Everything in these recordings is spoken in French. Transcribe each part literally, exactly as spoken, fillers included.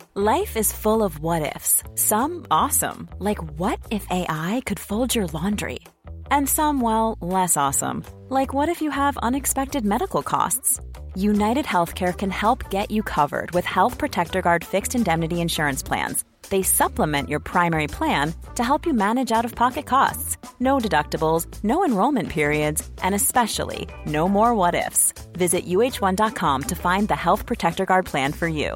Life is full of what-ifs. Some awesome, like what if A I could fold your laundry? And some, well, less awesome, like what if you have unexpected medical costs? United Healthcare can help get you covered with Health Protector Guard fixed indemnity insurance plans. They supplement your primary plan to help you manage out-of-pocket costs. No deductibles, no enrollment periods, and especially no more what-ifs. Visit U H one dot com to find the Health Protector Guard plan for you.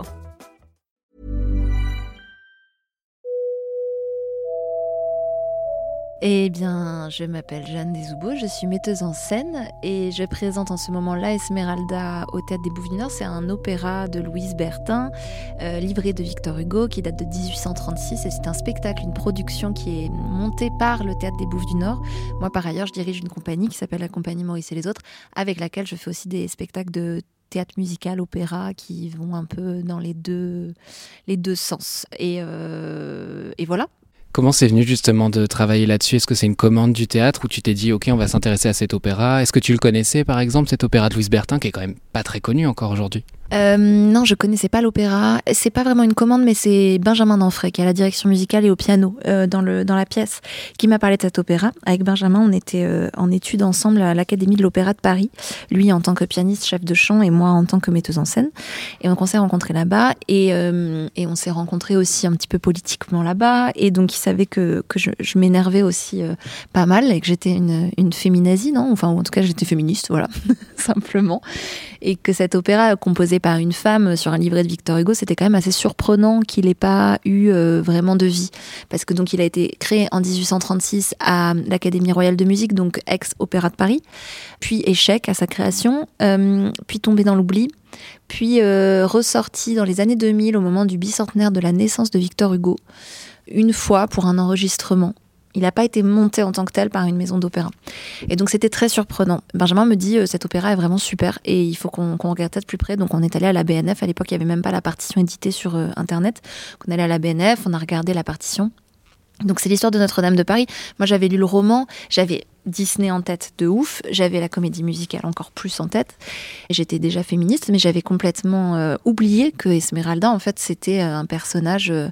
Eh bien, je m'appelle Jeanne Desoubeaux, je suis metteuse en scène et je présente en ce moment-là Esmeralda au Théâtre des Bouffes du Nord. C'est un opéra de Louise Bertin, euh, livré de Victor Hugo, qui date de dix-huit cent trente-six. Et c'est un spectacle, une production qui est montée par le Théâtre des Bouffes du Nord. Moi, par ailleurs, je dirige une compagnie qui s'appelle la Compagnie Maurice et les Autres, avec laquelle je fais aussi des spectacles de théâtre musical, opéra, qui vont un peu dans les deux, les deux sens. Et, euh, et voilà. Comment c'est venu justement de travailler là-dessus ? Est-ce que c'est une commande du théâtre où tu t'es dit « Ok, on va s'intéresser à cet opéra ». Est-ce que tu le connaissais par exemple, cet opéra de Louise Bertin qui est quand même pas très connu encore aujourd'hui ? Euh, non, je connaissais pas l'opéra. C'est pas vraiment une commande, mais c'est Benjamin Denfray qui a la direction musicale et au piano euh, dans le dans la pièce qui m'a parlé de cet opéra. Avec Benjamin, on était euh, en études ensemble à l'Académie de l'Opéra de Paris. Lui en tant que pianiste, chef de chant, et moi en tant que metteuse en scène. Et donc on s'est rencontrés là-bas et euh, et on s'est rencontrés aussi un petit peu politiquement là-bas. Et donc il savait que que je, je m'énervais aussi euh, pas mal et que j'étais une une féminazie, non ? Enfin, ou en tout cas j'étais féministe, voilà, simplement. Et que cet opéra composé par une femme sur un livret de Victor Hugo, c'était quand même assez surprenant qu'il n'ait pas eu euh, vraiment de vie. Parce que donc il a été créé en dix-huit cent trente-six à l'Académie royale de musique, donc ex-Opéra de Paris, puis échec à sa création, euh, puis tombé dans l'oubli, puis euh, ressorti dans les années deux mille au moment du bicentenaire de la naissance de Victor Hugo, une fois pour un enregistrement. Il n'a pas été monté en tant que tel par une maison d'opéra. Et donc c'était très surprenant. Benjamin me dit euh, cet opéra est vraiment super et il faut qu'on, qu'on regarde ça de plus près. Donc on est allé à la B N F. À l'époque, il n'y avait même pas la partition éditée sur euh, Internet. Donc on est allé à la B N F, on a regardé la partition. Donc c'est l'histoire de Notre-Dame de Paris. Moi j'avais lu le roman, j'avais Disney en tête de ouf, j'avais la comédie musicale encore plus en tête. J'étais déjà féministe, mais j'avais complètement euh, oublié que Esmeralda, en fait, c'était un personnage... Euh,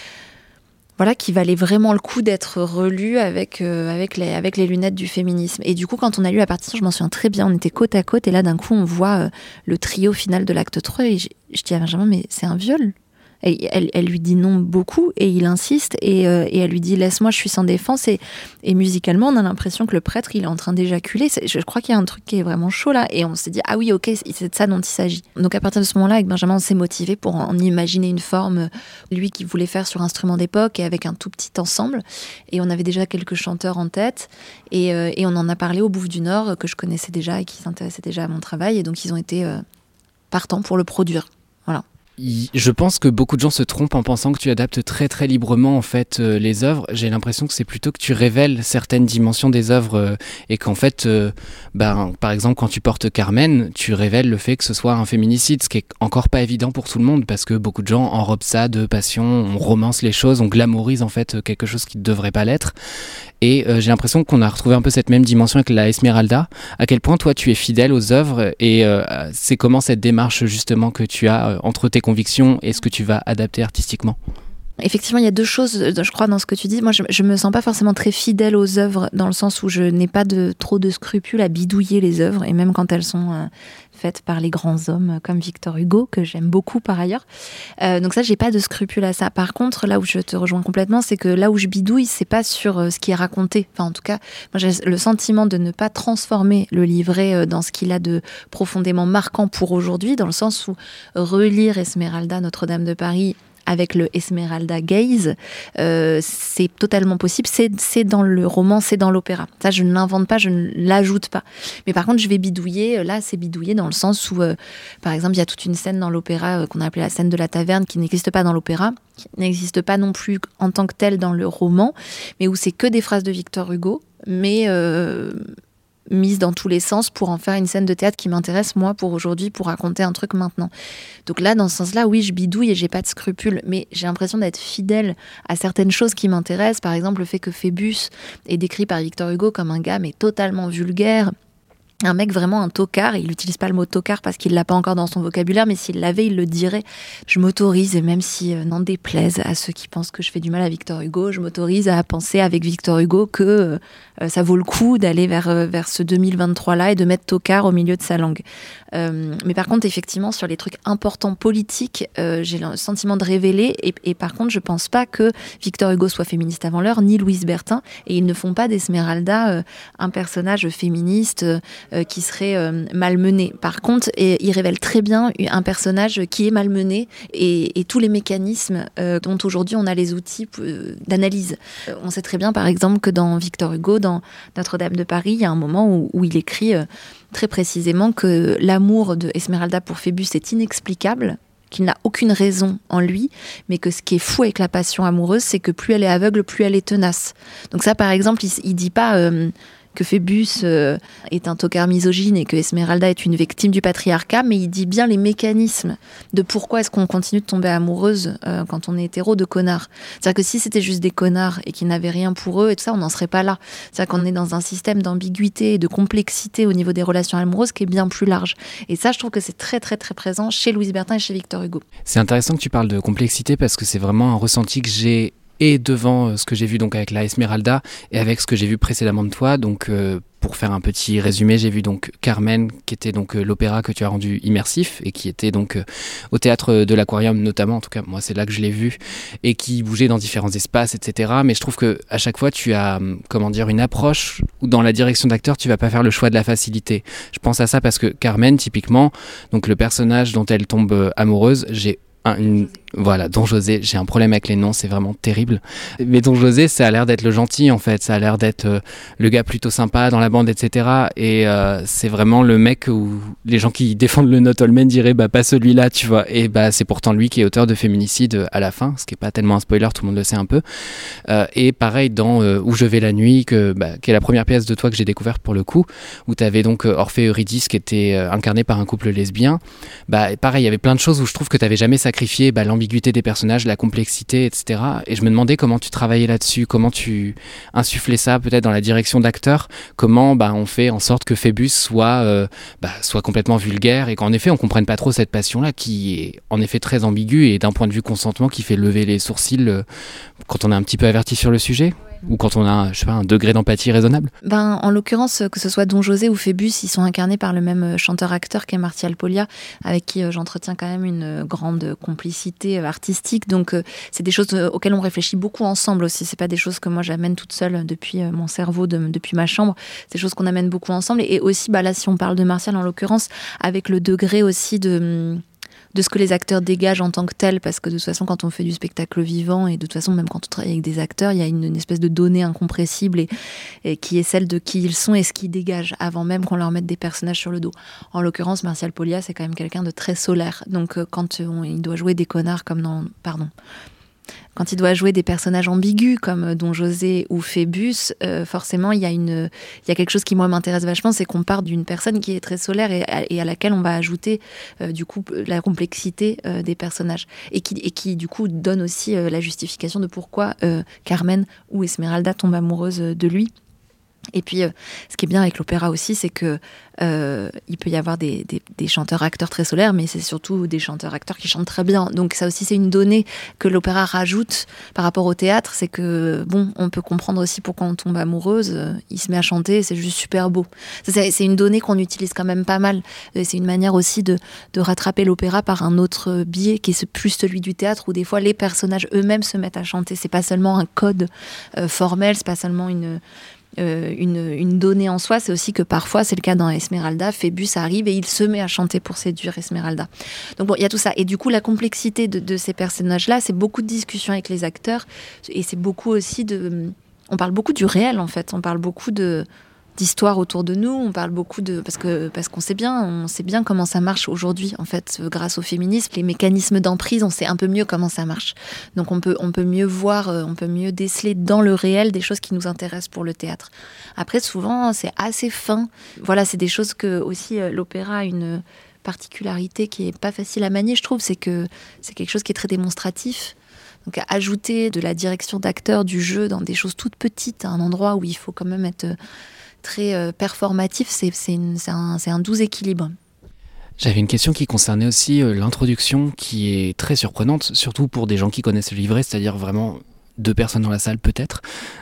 Voilà, qui valait vraiment le coup d'être relu avec, euh, avec, les, avec les lunettes du féminisme. Et du coup, quand on a lu la partition, je m'en souviens très bien, on était côte à côte, et là, d'un coup, on voit euh, le trio final de l'acte trois, et je, je dis à Benjamin, mais c'est un viol. Et elle, elle lui dit non beaucoup, et il insiste, et, euh, et elle lui dit, laisse-moi, je suis sans défense, et, et musicalement, on a l'impression que le prêtre, il est en train d'éjaculer. C'est, je crois qu'il y a un truc qui est vraiment chaud, là, et on s'est dit, ah oui, ok, c'est de ça dont il s'agit. Donc à partir de ce moment-là, avec Benjamin, on s'est motivé pour en imaginer une forme, lui qui voulait faire sur instrument d'époque, et avec un tout petit ensemble, et on avait déjà quelques chanteurs en tête, et, euh, et on en a parlé au Bouffes du Nord, que je connaissais déjà, et qui s'intéressaient déjà à mon travail, et donc ils ont été euh, partants pour le produire. Voilà. Je pense que beaucoup de gens se trompent en pensant que tu adaptes très très librement en fait euh, les œuvres. J'ai l'impression que c'est plutôt que tu révèles certaines dimensions des œuvres euh, et qu'en fait, euh, ben, par exemple quand tu portes Carmen, tu révèles le fait que ce soit un féminicide, ce qui est encore pas évident pour tout le monde parce que beaucoup de gens enrobent ça de passion, on romance les choses, on glamourise en fait quelque chose qui ne devrait pas l'être. Et euh, j'ai l'impression qu'on a retrouvé un peu cette même dimension avec la Esmeralda. À quel point toi tu es fidèle aux œuvres et euh, c'est comment cette démarche justement que tu as euh, entre tes convictions et ce que tu vas adapter artistiquement ? Effectivement, il y a deux choses, je crois, dans ce que tu dis. Moi, je, je me sens pas forcément très fidèle aux œuvres, dans le sens où je n'ai pas de, trop de scrupules à bidouiller les œuvres, et même quand elles sont euh, faites par les grands hommes comme Victor Hugo, que j'aime beaucoup par ailleurs. Euh, donc ça, j'ai pas de scrupules à ça. Par contre, là où je te rejoins complètement, c'est que là où je bidouille, c'est pas sur euh, ce qui est raconté. Enfin, en tout cas, moi, j'ai le sentiment de ne pas transformer le livret euh, dans ce qu'il a de profondément marquant pour aujourd'hui, dans le sens où relire Esmeralda, Notre-Dame de Paris, avec le Esmeralda Gaze, euh, c'est totalement possible. C'est, c'est dans le roman, c'est dans l'opéra. Ça, je ne l'invente pas, je ne l'ajoute pas. Mais par contre, je vais bidouiller. Là, c'est bidouiller dans le sens où, euh, par exemple, il y a toute une scène dans l'opéra euh, qu'on a appelée la scène de la taverne, qui n'existe pas dans l'opéra, qui n'existe pas non plus en tant que telle dans le roman, mais où c'est que des phrases de Victor Hugo, mais... Euh, mise dans tous les sens pour en faire une scène de théâtre qui m'intéresse, moi, pour aujourd'hui, pour raconter un truc maintenant. Donc là, dans ce sens-là, oui, je bidouille et j'ai pas de scrupules, mais j'ai l'impression d'être fidèle à certaines choses qui m'intéressent. Par exemple, le fait que Phébus est décrit par Victor Hugo comme un gars, mais totalement vulgaire, un mec vraiment un tocard, et il n'utilise pas le mot tocard parce qu'il l'a pas encore dans son vocabulaire, mais s'il l'avait, il le dirait. Je m'autorise, et même si euh, n'en déplaise à ceux qui pensent que je fais du mal à Victor Hugo, je m'autorise à penser avec Victor Hugo que euh, ça vaut le coup d'aller vers, euh, vers ce deux mille vingt-trois-là et de mettre tocard au milieu de sa langue. Euh, mais par contre, effectivement, sur les trucs importants politiques, euh, j'ai le sentiment de révéler, et, et par contre, je pense pas que Victor Hugo soit féministe avant l'heure, ni Louise Bertin, et ils ne font pas d'Esmeralda euh, un personnage féministe euh, qui serait euh, malmené. Par contre, et, il révèle très bien un personnage qui est malmené, et, et tous les mécanismes euh, dont aujourd'hui on a les outils euh, d'analyse. Euh, on sait très bien, par exemple, que dans Victor Hugo, dans Notre-Dame de Paris, il y a un moment où, où il écrit euh, très précisément que l'amour de Esmeralda pour Phébus est inexplicable, qu'il n'a aucune raison en lui, mais que ce qui est fou avec la passion amoureuse, c'est que plus elle est aveugle, plus elle est tenace. Donc ça, par exemple, il, il dit pas... Euh, que Phébus euh, est un tocard misogyne et que Esmeralda est une victime du patriarcat, mais il dit bien les mécanismes de pourquoi est-ce qu'on continue de tomber amoureuse euh, quand on est hétéro de connards. C'est-à-dire que si c'était juste des connards et qu'ils n'avaient rien pour eux et tout ça, on n'en serait pas là. C'est-à-dire qu'on est dans un système d'ambiguïté et de complexité au niveau des relations amoureuses qui est bien plus large. Et ça, je trouve que c'est très très très présent chez Louise Bertin et chez Victor Hugo. C'est intéressant que tu parles de complexité parce que c'est vraiment un ressenti que j'ai et devant ce que j'ai vu donc avec la Esmeralda et avec ce que j'ai vu précédemment de toi. Donc euh, pour faire un petit résumé, j'ai vu donc Carmen, qui était donc euh, l'opéra que tu as rendu immersif et qui était donc euh, au théâtre de l'Aquarium notamment, en tout cas moi c'est là que je l'ai vu, et qui bougeait dans différents espaces, et cetera. Mais je trouve que à chaque fois tu as comment dire une approche où dans la direction d'acteur tu vas pas faire le choix de la facilité. Je pense à ça parce que Carmen typiquement, donc le personnage dont elle tombe amoureuse, j'ai un, une Voilà, Don José, j'ai un problème avec les noms, c'est vraiment terrible. Mais Don José, ça a l'air d'être le gentil en fait, ça a l'air d'être euh, le gars plutôt sympa dans la bande, et cetera. Et euh, c'est vraiment le mec où les gens qui défendent le Not All Men diraient bah pas celui-là, tu vois. Et bah c'est pourtant lui qui est auteur de Féminicide à la fin, ce qui est pas tellement un spoiler, tout le monde le sait un peu. Euh, et pareil dans euh, Où je vais la nuit, que, bah, qui est la première pièce de toi que j'ai découverte pour le coup, où t'avais donc euh, Orphée et Eurydice qui était euh, incarné par un couple lesbien. Bah pareil, il y avait plein de choses où je trouve que t'avais jamais sacrifié bah, l'ambiguïté des personnages, la complexité, et cetera. Et je me demandais comment tu travaillais là-dessus, comment tu insufflais ça peut-être dans la direction d'acteur, comment bah, on fait en sorte que Phébus soit, euh, bah, soit complètement vulgaire et qu'en effet on comprenne pas trop cette passion-là qui est en effet très ambiguë et d'un point de vue consentement qui fait lever les sourcils euh, quand on est un petit peu averti sur le sujet. Ou quand on a, je sais pas, un degré d'empathie raisonnable. Ben, en l'occurrence, que ce soit Don José ou Phébus, ils sont incarnés par le même chanteur-acteur qu'est Martial Polia, avec qui euh, j'entretiens quand même une grande complicité euh, artistique. Donc, euh, c'est des choses euh, auxquelles on réfléchit beaucoup ensemble aussi. C'est pas des choses que moi j'amène toute seule depuis euh, mon cerveau, de, depuis ma chambre. C'est des choses qu'on amène beaucoup ensemble. Et, et aussi, bah, là, si on parle de Martial, en l'occurrence, avec le degré aussi de... de ce que les acteurs dégagent en tant que tels, parce que de toute façon, quand on fait du spectacle vivant, et de toute façon, même quand on travaille avec des acteurs, il y a une, une espèce de donnée incompressible et, et qui est celle de qui ils sont et ce qu'ils dégagent, avant même qu'on leur mette des personnages sur le dos. En l'occurrence, Martial Polia, c'est quand même quelqu'un de très solaire. Donc, euh, quand on, il doit jouer des connards comme dans... Pardon. Quand il doit jouer des personnages ambigus comme Don José ou Phébus, euh, forcément, il y a une, il y a quelque chose qui, moi, m'intéresse vachement, c'est qu'on part d'une personne qui est très solaire et à, et à laquelle on va ajouter, euh, du coup, la complexité euh, des personnages. Et qui, et qui, du coup, donne aussi euh, la justification de pourquoi euh, Carmen ou Esmeralda tombent amoureuses de lui. Et puis, euh, ce qui est bien avec l'opéra aussi, c'est que euh, il peut y avoir des, des, des chanteurs-acteurs très solaires, mais c'est surtout des chanteurs-acteurs qui chantent très bien. Donc ça aussi, c'est une donnée que l'opéra rajoute par rapport au théâtre, c'est que, bon, on peut comprendre aussi pourquoi on tombe amoureuse, euh, il se met à chanter, c'est juste super beau. Ça, c'est, c'est une donnée qu'on utilise quand même pas mal. Et c'est une manière aussi de, de rattraper l'opéra par un autre biais, qui est plus celui du théâtre, où des fois, les personnages eux-mêmes se mettent à chanter. C'est pas seulement un code euh, formel, c'est pas seulement une... Euh, une, une donnée en soi, c'est aussi que parfois, c'est le cas dans Esmeralda, Phébus arrive et il se met à chanter pour séduire Esmeralda. Donc bon, il y a tout ça. Et du coup, la complexité de, de ces personnages-là, c'est beaucoup de discussions avec les acteurs et c'est beaucoup aussi de... On parle beaucoup du réel, en fait. On parle beaucoup de... d'histoire autour de nous, on parle beaucoup de... Parce, que, parce qu'on sait bien, on sait bien comment ça marche aujourd'hui, en fait, grâce au féminisme. Les mécanismes d'emprise, on sait un peu mieux comment ça marche. Donc on peut, on peut mieux voir, on peut mieux déceler dans le réel des choses qui nous intéressent pour le théâtre. Après, souvent, c'est assez fin. Voilà, c'est des choses que aussi l'opéra a une particularité qui est pas facile à manier, je trouve, c'est que c'est quelque chose qui est très démonstratif. Donc ajouter de la direction d'acteur, du jeu, dans des choses toutes petites, à un endroit où il faut quand même être... très euh, performatif, c'est, c'est, une, c'est, un, c'est un doux équilibre. J'avais une question qui concernait aussi euh, l'introduction, qui est très surprenante, surtout pour des gens qui connaissent le livret, c'est-à-dire vraiment deux personnes dans la salle peut-être,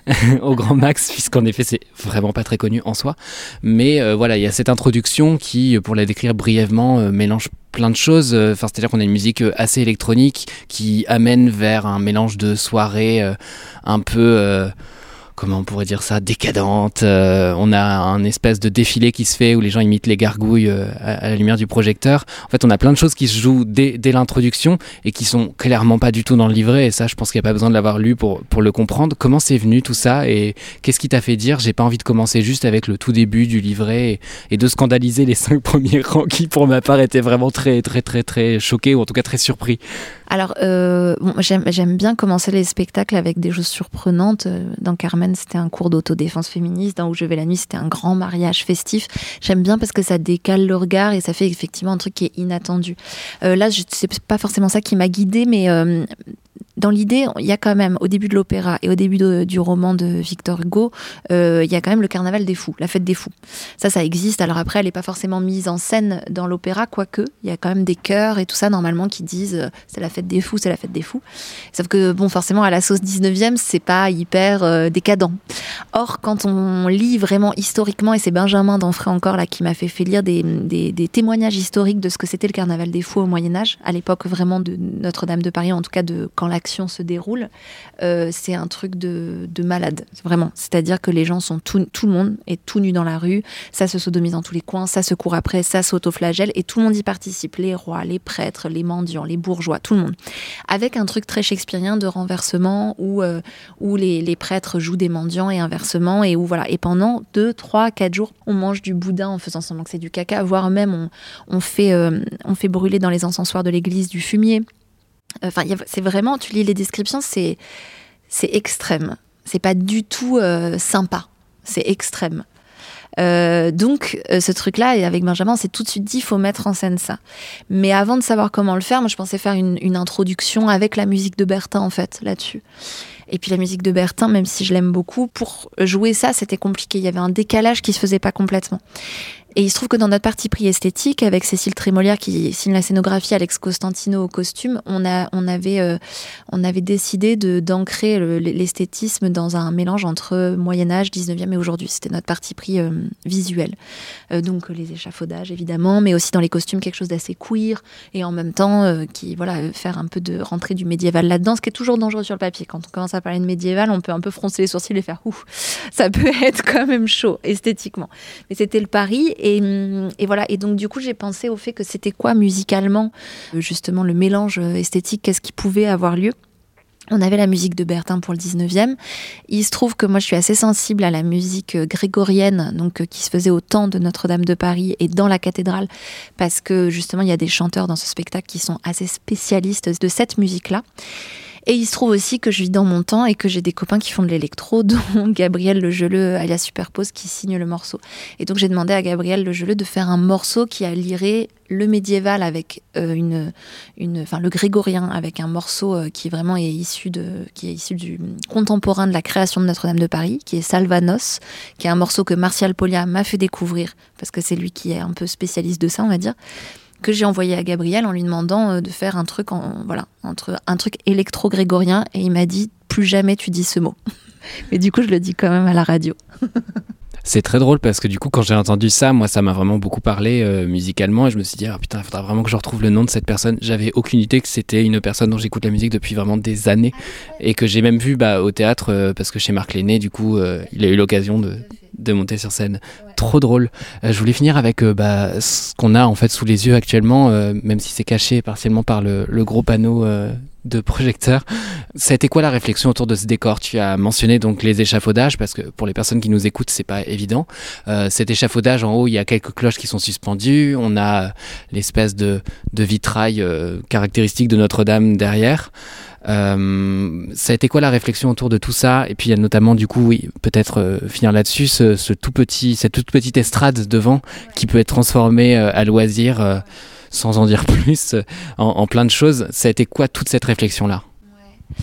au grand max, puisqu'en effet c'est vraiment pas très connu en soi. Mais euh, voilà, il y a cette introduction qui, pour la décrire brièvement, euh, mélange plein de choses. Enfin, c'est-à-dire qu'on a une musique assez électronique qui amène vers un mélange de soirée euh, un peu... Euh, comment on pourrait dire ça, décadente. Euh, on a un espèce de défilé qui se fait où les gens imitent les gargouilles euh, à, à la lumière du projecteur. En fait, on a plein de choses qui se jouent dès, dès l'introduction et qui sont clairement pas du tout dans le livret. Et ça, je pense qu'il n'y a pas besoin de l'avoir lu pour, pour le comprendre. Comment c'est venu tout ça et qu'est-ce qui t'a fait dire j'ai pas envie de commencer juste avec le tout début du livret et, et de scandaliser les cinq premiers rangs qui, pour ma part, étaient vraiment très, très, très, très choqués ou en tout cas très surpris. Alors, euh, bon, j'aime, j'aime bien commencer les spectacles avec des choses surprenantes. Dans Carmen, c'était un cours d'autodéfense féministe. Dans Où je vais la nuit, c'était un grand mariage festif. J'aime bien parce que ça décale le regard et ça fait effectivement un truc qui est inattendu. Euh, là, je, c'est pas forcément ça qui m'a guidée, mais... Euh, dans l'idée, il y a quand même, au début de l'opéra et au début de, du roman de Victor Hugo, euh, il y a quand même le carnaval des fous, la fête des fous. Ça, ça existe. Alors après, elle n'est pas forcément mise en scène dans l'opéra, quoique. Il y a quand même des chœurs et tout ça, normalement, qui disent euh, c'est la fête des fous, c'est la fête des fous. Sauf que, bon, forcément, à la sauce dix-neuvième, c'est pas hyper euh, décadent. Or, quand on lit vraiment historiquement, et c'est Benjamin Denfray encore là qui m'a fait, fait lire des, des, des témoignages historiques de ce que c'était le carnaval des fous au Moyen-Âge, à l'époque vraiment de Notre-Dame de Paris, en tout cas de quand l'action se déroule, euh, c'est un truc de, de malade, vraiment. C'est-à-dire que les gens sont tout, tout le monde est tout nu dans la rue, ça se sodomise dans tous les coins, ça se court après, ça s'autoflagelle et tout le monde y participe, les rois, les prêtres, les mendiants, les bourgeois, tout le monde. Avec un truc très shakespearien de renversement où, euh, où les, les prêtres jouent des mendiants et inversement et où voilà. Et pendant deux, trois, quatre jours, on mange du boudin en faisant semblant que c'est du caca, voire même on, on, fait, euh, on fait brûler dans les encensoirs de l'église du fumier. Enfin, y a, c'est vraiment, tu lis les descriptions, c'est, c'est extrême. C'est pas du tout euh, sympa. C'est extrême. Euh, donc, euh, ce truc-là, avec Benjamin, on s'est tout de suite dit, il faut mettre en scène ça. Mais avant de savoir comment le faire, moi, je pensais faire une, une introduction avec la musique de Bertin, en fait, là-dessus. Et puis la musique de Bertin, même si je l'aime beaucoup, pour jouer ça, c'était compliqué. Il y avait un décalage qui se faisait pas complètement. Et il se trouve que dans notre parti pris esthétique, avec Cécile Trémolière qui signe la scénographie, Alex Costantino au costume, on, a, on, avait, euh, on avait décidé de, d'ancrer le, l'esthétisme dans un mélange entre Moyen-Âge, dix-neuvième et aujourd'hui. C'était notre parti pris euh, visuel. Euh, donc les échafaudages, évidemment, mais aussi dans les costumes, quelque chose d'assez queer, et en même temps, euh, qui, voilà, faire un peu de rentrée du médiéval là-dedans, ce qui est toujours dangereux sur le papier. Quand on commence à parler de médiéval, on peut un peu froncer les sourcils et faire « ouf », ça peut être quand même chaud, esthétiquement. Mais c'était le pari. Et, et voilà, et donc du coup j'ai pensé au fait que c'était quoi musicalement, justement le mélange esthétique, qu'est-ce qui pouvait avoir lieu. On avait la musique de Bertin pour le dix-neuvième. Il se trouve que moi je suis assez sensible à la musique grégorienne, donc qui se faisait au temps de Notre-Dame de Paris et dans la cathédrale, parce que justement il y a des chanteurs dans ce spectacle qui sont assez spécialistes de cette musique-là. Et il se trouve aussi que je vis dans mon temps et que j'ai des copains qui font de l'électro, dont Gabriel Legeleux, alias Superpose, qui signe le morceau. Et donc j'ai demandé à Gabriel Legeleux de faire un morceau qui allierait le médiéval avec euh, une, une, enfin le grégorien avec un morceau euh, qui vraiment est issu de, qui est issu du contemporain de la création de Notre-Dame de Paris, qui est Salvanos, qui est un morceau que Martial Polia m'a fait découvrir parce que c'est lui qui est un peu spécialiste de ça, on va dire, que j'ai envoyé à Gabriel en lui demandant de faire un truc en, voilà, entre un truc électro-grégorien, et il m'a dit plus jamais tu dis ce mot. Mais du coup je le dis quand même à la radio. C'est très drôle parce que du coup quand j'ai entendu ça, moi ça m'a vraiment beaucoup parlé euh, musicalement, et je me suis dit ah putain il faudra vraiment que je retrouve le nom de cette personne. J'avais aucune idée que c'était une personne dont j'écoute la musique depuis vraiment des années et que j'ai même vu bah, au théâtre euh, parce que chez Marc Lenné du coup euh, il a eu l'occasion de, de monter sur scène. Trop drôle. Euh, je voulais finir avec euh, bah, ce qu'on a en fait sous les yeux actuellement, euh, même si c'est caché partiellement par le, le gros panneau euh, de projecteur. Ça a été quoi la réflexion autour de ce décor ? Tu as mentionné donc les échafaudages, parce que pour les personnes qui nous écoutent, c'est pas évident. Euh, cet échafaudage, en haut, il y a quelques cloches qui sont suspendues. On a l'espèce de, de vitrail euh, caractéristique de Notre-Dame derrière. Euh, ça a été quoi la réflexion autour de tout ça ? Et puis il y a notamment du coup, oui, peut-être euh, finir là-dessus, ce, ce tout petit, cette toute petite estrade devant qui peut être transformée euh, à loisir, euh, sans en dire plus, euh, en, en plein de choses. Ça a été quoi toute cette réflexion-là ? Ouais.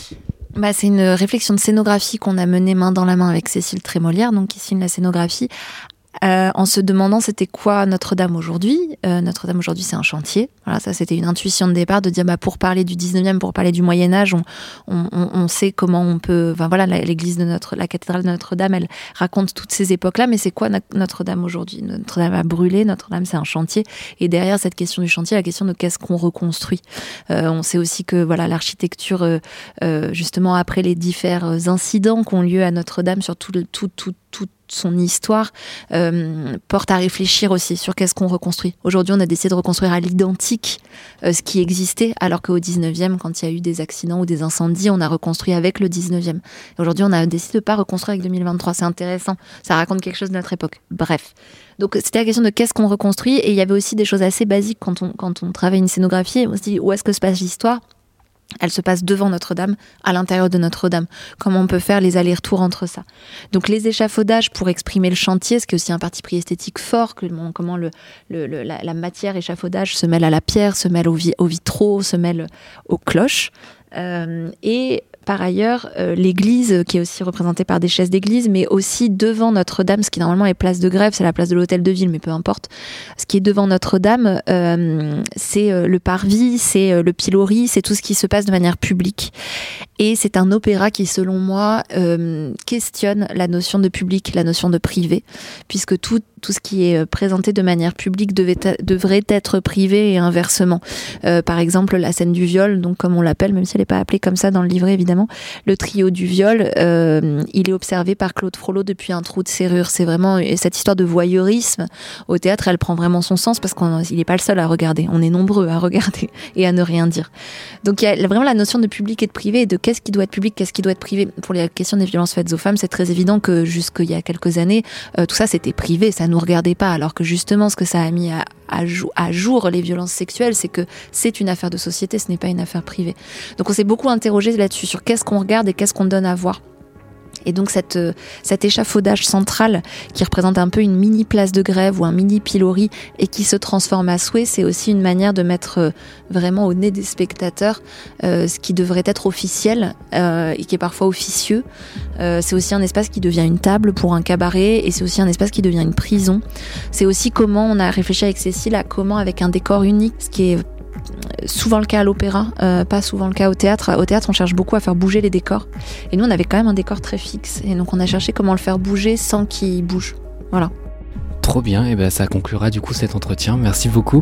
Bah, c'est une réflexion de scénographie qu'on a menée main dans la main avec Cécile Trémolière, donc qui signe la scénographie, euh, en se demandant c'était quoi Notre-Dame aujourd'hui. Euh, Notre-Dame aujourd'hui, c'est un chantier. Voilà, ça c'était une intuition de départ de dire bah, pour parler du dix-neuvième, pour parler du Moyen-Âge, on, on, on sait comment on peut. Enfin voilà, l'église de notre, la cathédrale de Notre-Dame, elle raconte toutes ces époques-là, mais c'est quoi Notre-Dame aujourd'hui? Notre-Dame a brûlé, Notre-Dame c'est un chantier, et derrière cette question du chantier, la question de qu'est-ce qu'on reconstruit. Euh, on sait aussi que voilà l'architecture, euh, euh, justement après les différents incidents qui ont lieu à Notre-Dame sur tout le tout tout tout son histoire, euh, porte à réfléchir aussi sur qu'est-ce qu'on reconstruit. Aujourd'hui, on a décidé de reconstruire à l'identique euh, ce qui existait, alors qu'au dix-neuvième, quand il y a eu des accidents ou des incendies, on a reconstruit avec le dix-neuvième. Et aujourd'hui, on a décidé de ne pas reconstruire avec deux mille vingt-trois. C'est intéressant. Ça raconte quelque chose de notre époque. Bref. Donc, c'était la question de qu'est-ce qu'on reconstruit. Et il y avait aussi des choses assez basiques quand on, quand on travaille une scénographie. On se dit, où est-ce que se passe l'histoire ? Elle se passe devant Notre-Dame, à l'intérieur de Notre-Dame. Comment on peut faire les allers-retours entre ça? Donc les échafaudages pour exprimer le chantier, ce qui est aussi un parti pris esthétique fort, que, bon, comment le, le, le, la, la matière échafaudage se mêle à la pierre, se mêle aux, vi- aux vitraux, se mêle aux cloches. Euh, et par ailleurs, euh, l'église, qui est aussi représentée par des chaises d'église, mais aussi devant Notre-Dame, ce qui normalement est place de Grève, c'est la place de l'hôtel de ville, mais peu importe. Ce qui est devant Notre-Dame, euh, c'est euh, le parvis, c'est euh, le pilori, c'est tout ce qui se passe de manière publique. Et c'est un opéra qui, selon moi, euh, questionne la notion de public, la notion de privé, puisque tout, tout ce qui est présenté de manière publique devait ta- devrait être privé et inversement. Euh, par exemple, la scène du viol, donc comme on l'appelle, même si elle n'est pas appelée comme ça dans le livret, évidemment, le trio du viol, euh, il est observé par Claude Frollo depuis un trou de serrure. C'est vraiment cette histoire de voyeurisme au théâtre, elle prend vraiment son sens parce qu'il n'est pas le seul à regarder. On est nombreux à regarder et à ne rien dire. Donc il y a vraiment la notion de public et de privé et de qu'est-ce qui doit être public, qu'est-ce qui doit être privé. Pour les questions des violences faites aux femmes, c'est très évident que jusqu'il y a quelques années, euh, tout ça c'était privé, ça nous regardait pas. Alors que justement, ce que ça a mis à, à, jou- à jour les violences sexuelles, c'est que c'est une affaire de société, ce n'est pas une affaire privée. Donc on s'est beaucoup interrogé là-dessus, sur qu'est-ce qu'on regarde et qu'est-ce qu'on donne à voir. Et donc cette, cet échafaudage central qui représente un peu une mini place de Grève ou un mini pilori et qui se transforme à souhait, c'est aussi une manière de mettre vraiment au nez des spectateurs euh, ce qui devrait être officiel euh, et qui est parfois officieux. Euh, c'est aussi un espace qui devient une table pour un cabaret et c'est aussi un espace qui devient une prison. C'est aussi comment on a réfléchi avec Cécile à comment avec un décor unique, ce qui est souvent le cas à l'opéra, euh, pas souvent le cas au théâtre. Au théâtre, on cherche beaucoup à faire bouger les décors. Et nous, on avait quand même un décor très fixe. Et donc, on a cherché comment le faire bouger sans qu'il bouge. Voilà. Trop bien. Et ben, ça conclura du coup cet entretien. Merci beaucoup.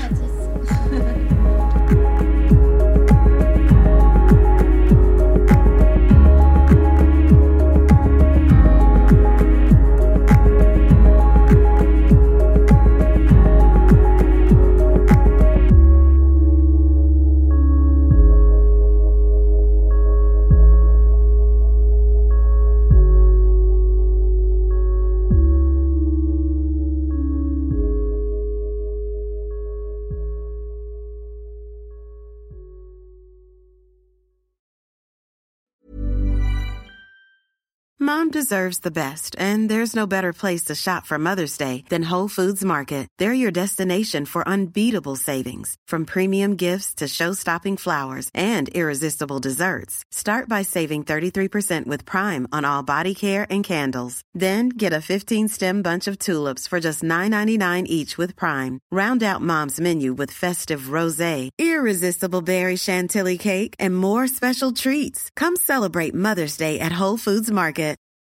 Mom deserves the best, and there's no better place to shop for Mother's Day than Whole Foods Market. They're your destination for unbeatable savings, from premium gifts to show-stopping flowers and irresistible desserts. Start by saving thirty-three percent with Prime on all body care and candles. Then get a fifteen-stem bunch of tulips for just nine ninety-nine each with Prime. Round out Mom's menu with festive rosé, irresistible berry chantilly cake, and more special treats. Come celebrate Mother's Day at Whole Foods Market.